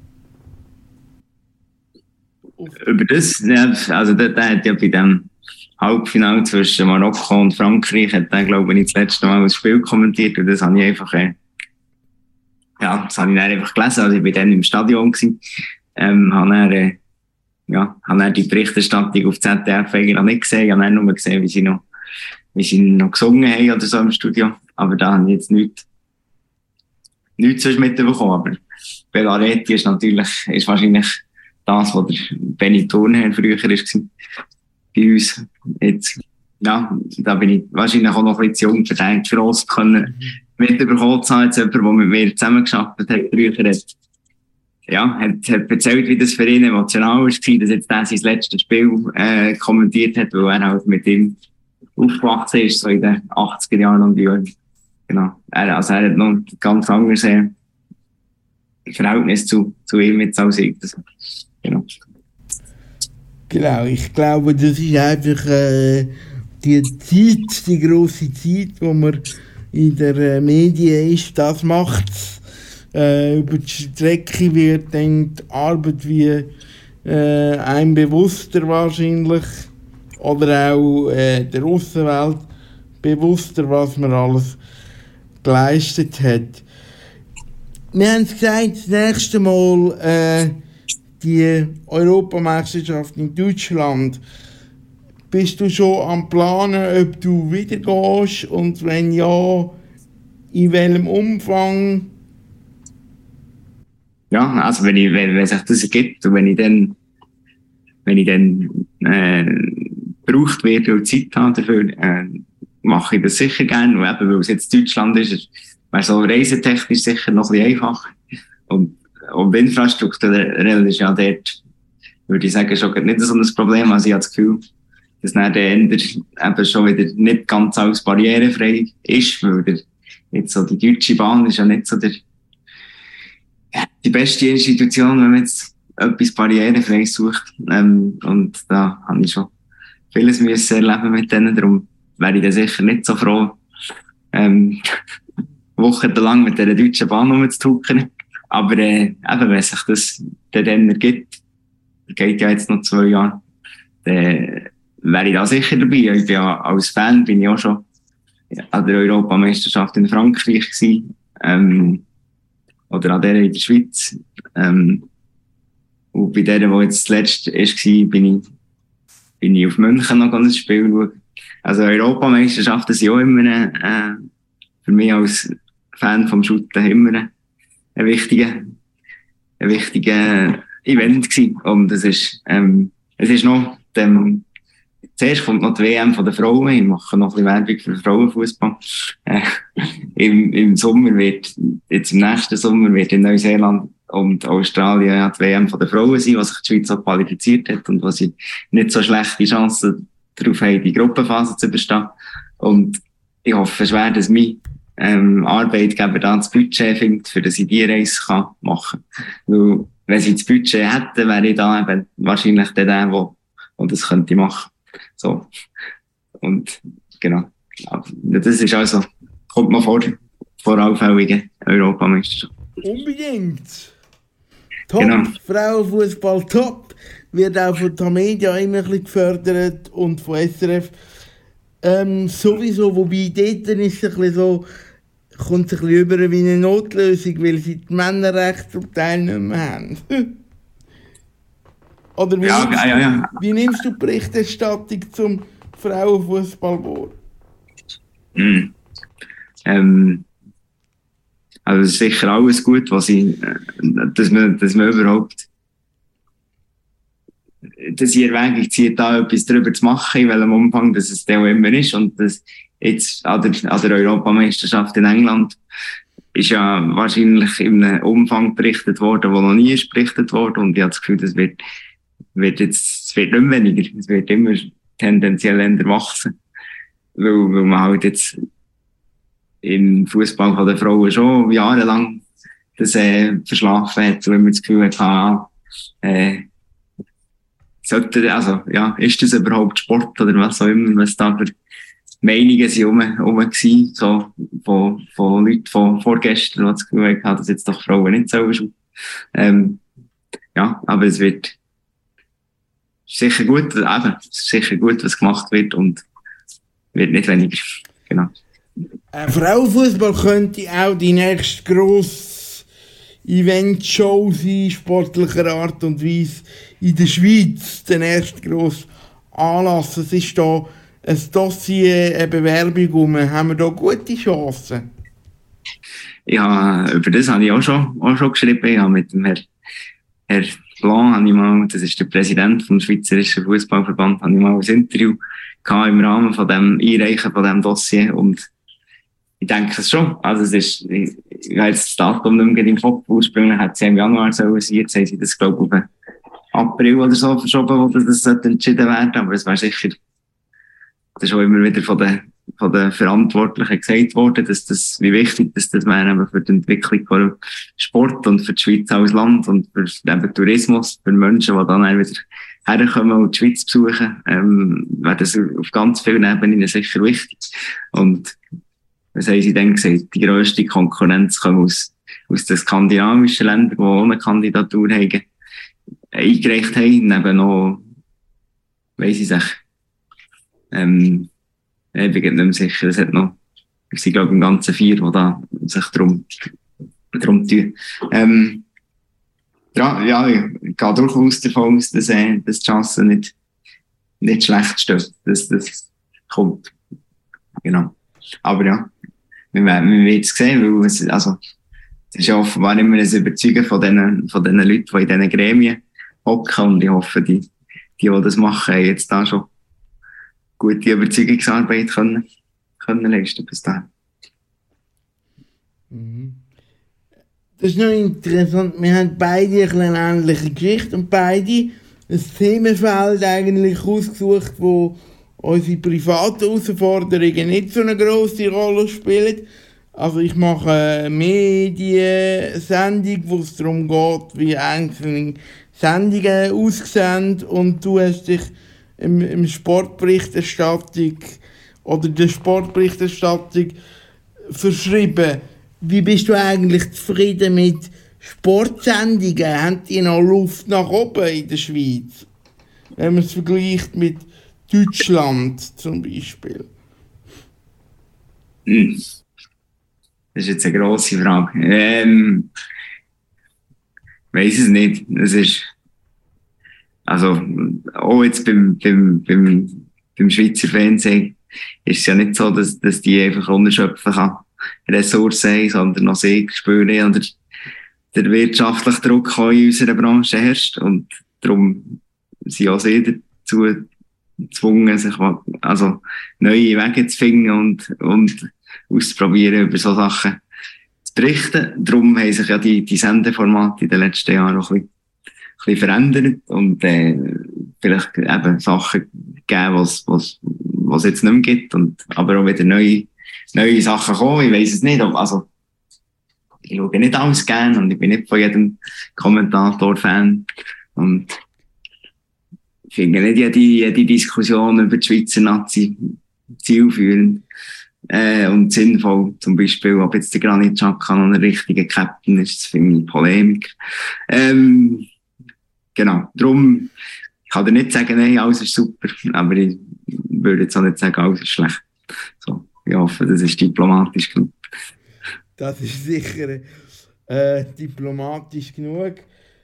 Über das, ja, also der hat ja bei dem Halbfinale zwischen Marokko und Frankreich, hat der, glaube ich, das letzte Mal das Spiel kommentiert und das habe ich einfach, das habe ich dann einfach gelesen, also ich war dann im Stadion gewesen, habe dann die Berichterstattung auf ZDF eigentlich nicht gesehen, ich habe dann nur gesehen, wie sie noch gesungen haben oder so im Studio, aber da habe ich jetzt nichts sonst mitbekommen, aber Belareti ist wahrscheinlich das, was der Benny Thurnherr früher war bei uns. Jetzt, da bin ich wahrscheinlich auch noch ein bisschen zu jung für uns mitbekommen zu haben. Jetzt jemand, der mit mir zusammengearbeitet hat früher, hat erzählt, wie das für ihn emotional war, dass jetzt der sein letztes Spiel kommentiert hat, weil er halt mit ihm aufgewachsen ist, so in den 80er Jahren und Jahren. Genau. Er hat noch ein ganz anderes Verhältnis zu ihm jetzt als ich. Genau. Genau, ich glaube, das ist einfach die grosse Zeit, wo man in der Medien ist, das macht es. Über die Strecke wird dann die Arbeit wie einem bewusster wahrscheinlich, oder auch der Aussenwelt bewusster, was man alles geleistet hat. Wir haben es gesagt, das nächste Mal die Europameisterschaft in Deutschland. Bist du schon am Planen, ob du wieder gehst und wenn ja, in welchem Umfang? Ja, also wenn sich das ergibt und wenn ich dann gebraucht werde und Zeit habe dafür, mache ich das sicher gerne. Und eben, weil es jetzt Deutschland ist, wäre so reisetechnisch sicher noch ein bisschen einfacher. Und infrastrukturell ist ja dort, würde ich sagen, schon nicht so ein Problem. Also ich habe das Gefühl, dass dann der Ende eben schon wieder nicht ganz alles barrierefrei ist, weil jetzt so die Deutsche Bahn ist ja nicht so die beste Institution, wenn man jetzt etwas barrierefrei sucht. Und da habe ich schon vieles müssen erleben mit denen, darum wäre ich dann sicher nicht so froh, wochenlang mit dieser Deutschen Bahn rumzutuckern. Aber eben, wenn sich das dann ergibt, geht ja jetzt noch 2 Jahre, dann wäre ich da sicher dabei. Ich bin ja, als Fan bin ich auch schon an der Europameisterschaft in Frankreich gewesen, oder an der in der Schweiz. Und bei der, die jetzt zuletzt war, bin ich auf München noch ein Spiel schauen. Also Europameisterschaften sind auch immer für mich als Fan vom Shooten immer ein wichtiger Event gewesen. Und es ist noch, zuerst kommt noch die WM von den Frauen. Ich mache noch ein bisschen Werbung für Frauenfußball. Im Sommer jetzt im nächsten Sommer wird in Neuseeland und Australien ja die WM von den Frauen sein, was sich die Schweiz auch qualifiziert hat und was sie nicht so schlechte Chancen darauf haben, die Gruppenphase zu überstehen. Und ich hoffe schwer, dass mein Arbeitgeber da das Budget findet, für dass ich die Reise machen kann. Weil, wenn sie das Budget hätten, wäre ich da eben wahrscheinlich der das könnte machen. So. Und, genau. Das ist also, kommt noch vor allfälligen Europameisterschaft. Unbedingt. Top, genau. Frauenfußball top. Wird auch von der Media immer ein bisschen gefördert und von SRF sowieso. Wobei dort ist es ein bisschen so, kommt es ein bisschen über wie eine Notlösung, weil sie die Männerrechte zum Teil nicht mehr haben. Oder wie nimmst du die Berichterstattung zum Frauenfußball wahr? Also es ist sicher alles gut, was dass man überhaupt, dass ich Erwägung zieht, da etwas darüber zu machen, in welchem Umfang dass es auch immer ist. Und das jetzt an der Europameisterschaft in England ist ja wahrscheinlich in einem Umfang berichtet worden, wo noch nie ist berichtet worden. Und ich habe das Gefühl, es wird nicht weniger. Es wird immer tendenziell eher wachsen. Weil man halt jetzt im Fußball von den Frauen schon jahrelang das verschlafen hat, weil man das Gefühl hat, ist das überhaupt Sport oder was auch immer, was da für Meinungen sind rum gewesen, so von Leuten von vorgestern, die das Gefühl haben, dass jetzt doch Frauen nicht so schwimmen. Aber es wird sicher gut, was gemacht wird und wird nicht weniger. Genau. Frauenfußball könnte auch die nächste grosse Event-Show sein, sportlicher Art und Weise in der Schweiz. Der erste grosse Anlass. Es ist da ein Dossier, eine Bewerbung. Haben wir da gute Chancen? Ja, über das habe ich auch schon geschrieben. Ich habe mit dem Herr Blanc, das ist der Präsident vom Schweizerischen Fußballverband, habe ich mal ein Interview gehabt im Rahmen von dem Einreichen von dem Dossier. Und ich denke es schon. Also es ist, ich habe jetzt das Datum nicht mehr im Kopf. Ursprünglich hat sie im Januar sein. Jetzt haben sie das, glaube ich, auf April oder so verschoben, wo das entschieden werden. Aber es wäre sicher, das ist auch immer wieder von den Verantwortlichen gesagt worden, dass das, wie wichtig das wäre für die Entwicklung von Sport und für die Schweiz als Land und für den Tourismus, für Menschen, die dann wieder herkommen und die Schweiz besuchen, wäre das auf ganz vielen Ebenen sicher wichtig. Und was haben sie dann gesagt? Die grösste Konkurrenz kommt aus den skandinavischen Ländern, die auch eine Kandidatur haben, eingereicht haben, neben noch, weiss ich nicht, ich bin nicht mehr sicher, es hat noch, ich sind, glaube ich, im ganzen 4, die da sich drum tun. Ich gehe durchaus davon aus, dass die Chancen nicht schlecht stehen, dass das kommt. Genau. Aber ja, wir werden es sehen, weil es ist ja offenbar immer ein Überzeugen von den Leuten, die in diesen Gremien hocken, und ich hoffe, die das machen, haben jetzt da schon gute Überzeugungsarbeit können leisten bis dahin. Das ist noch interessant. Wir haben beide eine ähnliche Geschichte und beide ein Themenfeld eigentlich ausgesucht, wo unsere privaten Herausforderungen nicht so eine grosse Rolle spielen. Also ich mache eine Mediensendung, wo es darum geht, wie einzelne Sendungen aussehen, und du hast dich im Sportberichterstattung oder der Sportberichterstattung verschrieben. Wie bist du eigentlich zufrieden mit Sportsendungen? Haben die noch Luft nach oben in der Schweiz? wenn man es vergleicht mit Deutschland zum Beispiel? Das ist jetzt eine grosse Frage. Weiss es nicht. Es ist, also, auch jetzt beim Schweizer Fernsehen ist es ja nicht so, dass die einfach unterschöpfen kann Ressourcen haben, sondern noch sehr spüren oder der wirtschaftliche Druck in unserer Branche herrscht und darum sind auch sie dazu gezwungen, sich also neue Wege zu finden und auszuprobieren, über solche Sachen zu berichten. Darum haben sich ja die Sendeformate in den letzten Jahren auch ein bisschen verändert und vielleicht eben Sachen gegeben, was es jetzt nicht mehr gibt, aber auch wieder neue Sachen kommen. Ich weiss es nicht, also ich schaue nicht alles gerne und ich bin nicht von jedem Kommentator-Fan und ich finde nicht jede Diskussion über die Schweizer Nazi zielführend und sinnvoll. Zum Beispiel, ob jetzt der Granit Xhaka noch ein richtiger Captain ist, das finde ich Polemik. Genau, darum kann ich nicht sagen, nein, alles ist super, aber ich würde jetzt auch nicht sagen, alles ist schlecht. So, ich hoffe, das ist diplomatisch genug. Das ist sicher diplomatisch genug.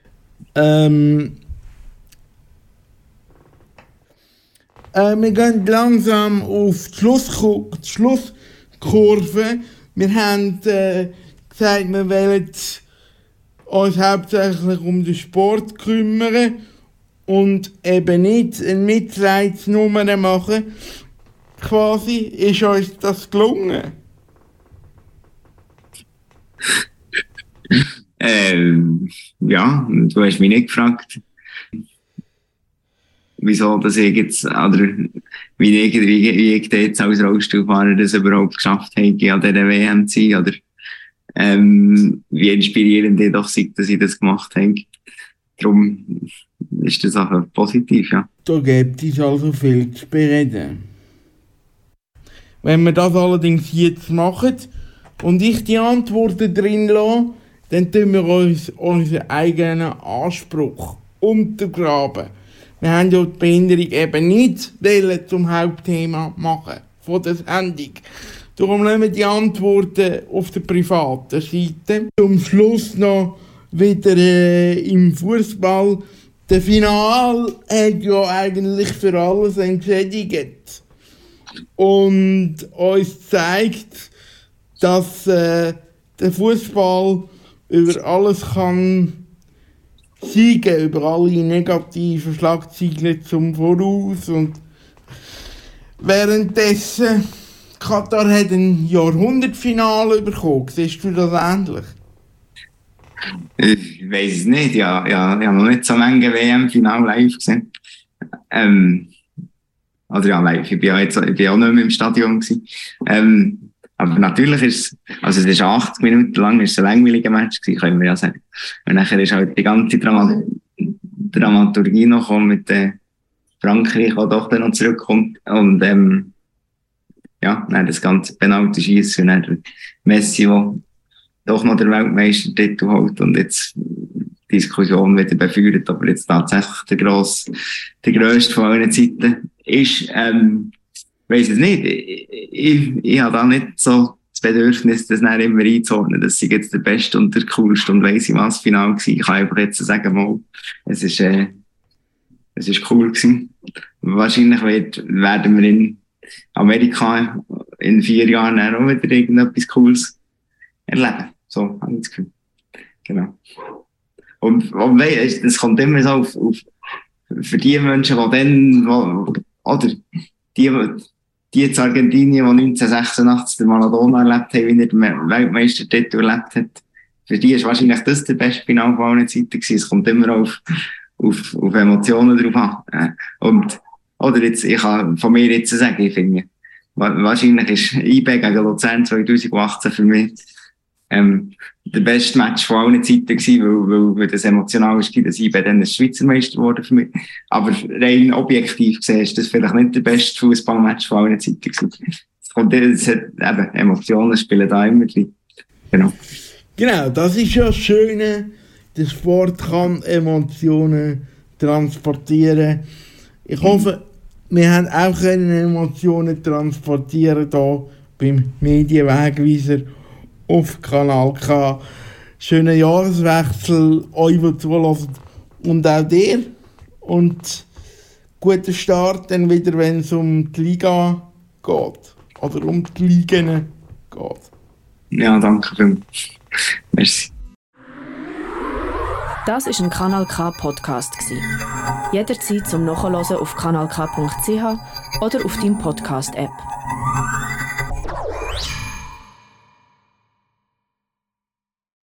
Wir gehen langsam auf die Schlusskurve. Wir haben gesagt, wir wollen uns hauptsächlich um den Sport kümmern und eben nicht eine Mitleidsnummer machen. Quasi, ist uns das gelungen? Ja, du hast mich nicht gefragt, wieso dass ich jetzt, oder wie ich jetzt als Rollstuhlfahrer das überhaupt geschafft habe, an dieser WM zu sein, oder wie inspirierend ich doch sei, dass ich das gemacht habe. Darum ist das auch positiv, ja. Da gibt es also viel zu bereden. Wenn wir das allerdings jetzt machen und ich die Antworten drin lasse, dann tun wir uns unseren eigenen Anspruch untergraben. Wir haben ja die Behinderung eben nicht zum Hauptthema machen von der Sendung. Darum nehmen wir die Antworten auf der privaten Seite. Zum Schluss noch wieder im Fußball. Der Finale hat ja eigentlich für alles entschädigt und uns zeigt, dass der Fußball über alles kann siegen, über alle negativen Schlagzeilen zum Voraus. Und währenddessen Katar hat ein Jahrhundertfinale bekommen. Siehst du das ähnlich? Ich weiss es nicht, ja, ich habe noch nicht so lange WM-Final live gesehen. Also ja, live, ich bin auch nicht mehr im Stadion gewesen. Aber natürlich ist es ist 80 Minuten lang, ist ein langweiliger Match gewesen, können wir ja sagen. Und nachher ist halt die ganze Dramaturgie noch gekommen mit Frankreich, der doch dann noch zurückkommt. Und dann das ganze Penalty-Schiessen und dann Messi, der doch noch der Weltmeistertitel holt und jetzt die Diskussion wieder befeuert, aber jetzt tatsächlich der grösste von allen Zeiten ist. Weiss es nicht. Ich habe da nicht so das Bedürfnis, das dann immer einzuordnen. Das ist jetzt der beste und der coolste und weiss ich was Final gewesen. Ich kann einfach jetzt sagen, mal, es ist cool gewesen. Wahrscheinlich werden wir in Amerika in 4 Jahren auch wieder irgendetwas Cooles erleben. So habe ich das Gefühl. Genau. Und es kommt immer so auf für die Menschen, die dann, oder die in Argentinien, die 1986 den Maradona erlebt haben, wie er den Weltmeistertitel erlebt hat, für die ist wahrscheinlich das der beste Final von allen Zeiten gewesen. Es kommt immer auf Emotionen drauf an. Und, oder jetzt, ich kann von mir jetzt sagen, ich finde, wahrscheinlich ist IB gegen Luzern 2018 für mich der beste Match von allen Zeiten gewesen, weil das emotional ist, dass IB dann ein Schweizer Meister wurde für mich. Aber rein objektiv gesehen ist das vielleicht nicht der beste Fußballmatch von allen Zeiten gewesen. Emotionen spielen da immer drin. Genau. Genau, das ist ja das Schöne. Der Sport kann Emotionen transportieren. Ich hoffe, wir haben auch Emotionen transportieren hier beim Medienwegweiser auf Kanal K. Schönen Jahreswechsel, euch, die zulassen, und auch dir. Und guten Start dann wieder, wenn es um die Liga geht. Oder um die Ligen geht. Ja, danke vielmals. Merci. Das war ein Kanal K Podcast. Jederzeit zum Nachhören auf kanalk.ch oder auf deinem Podcast-App.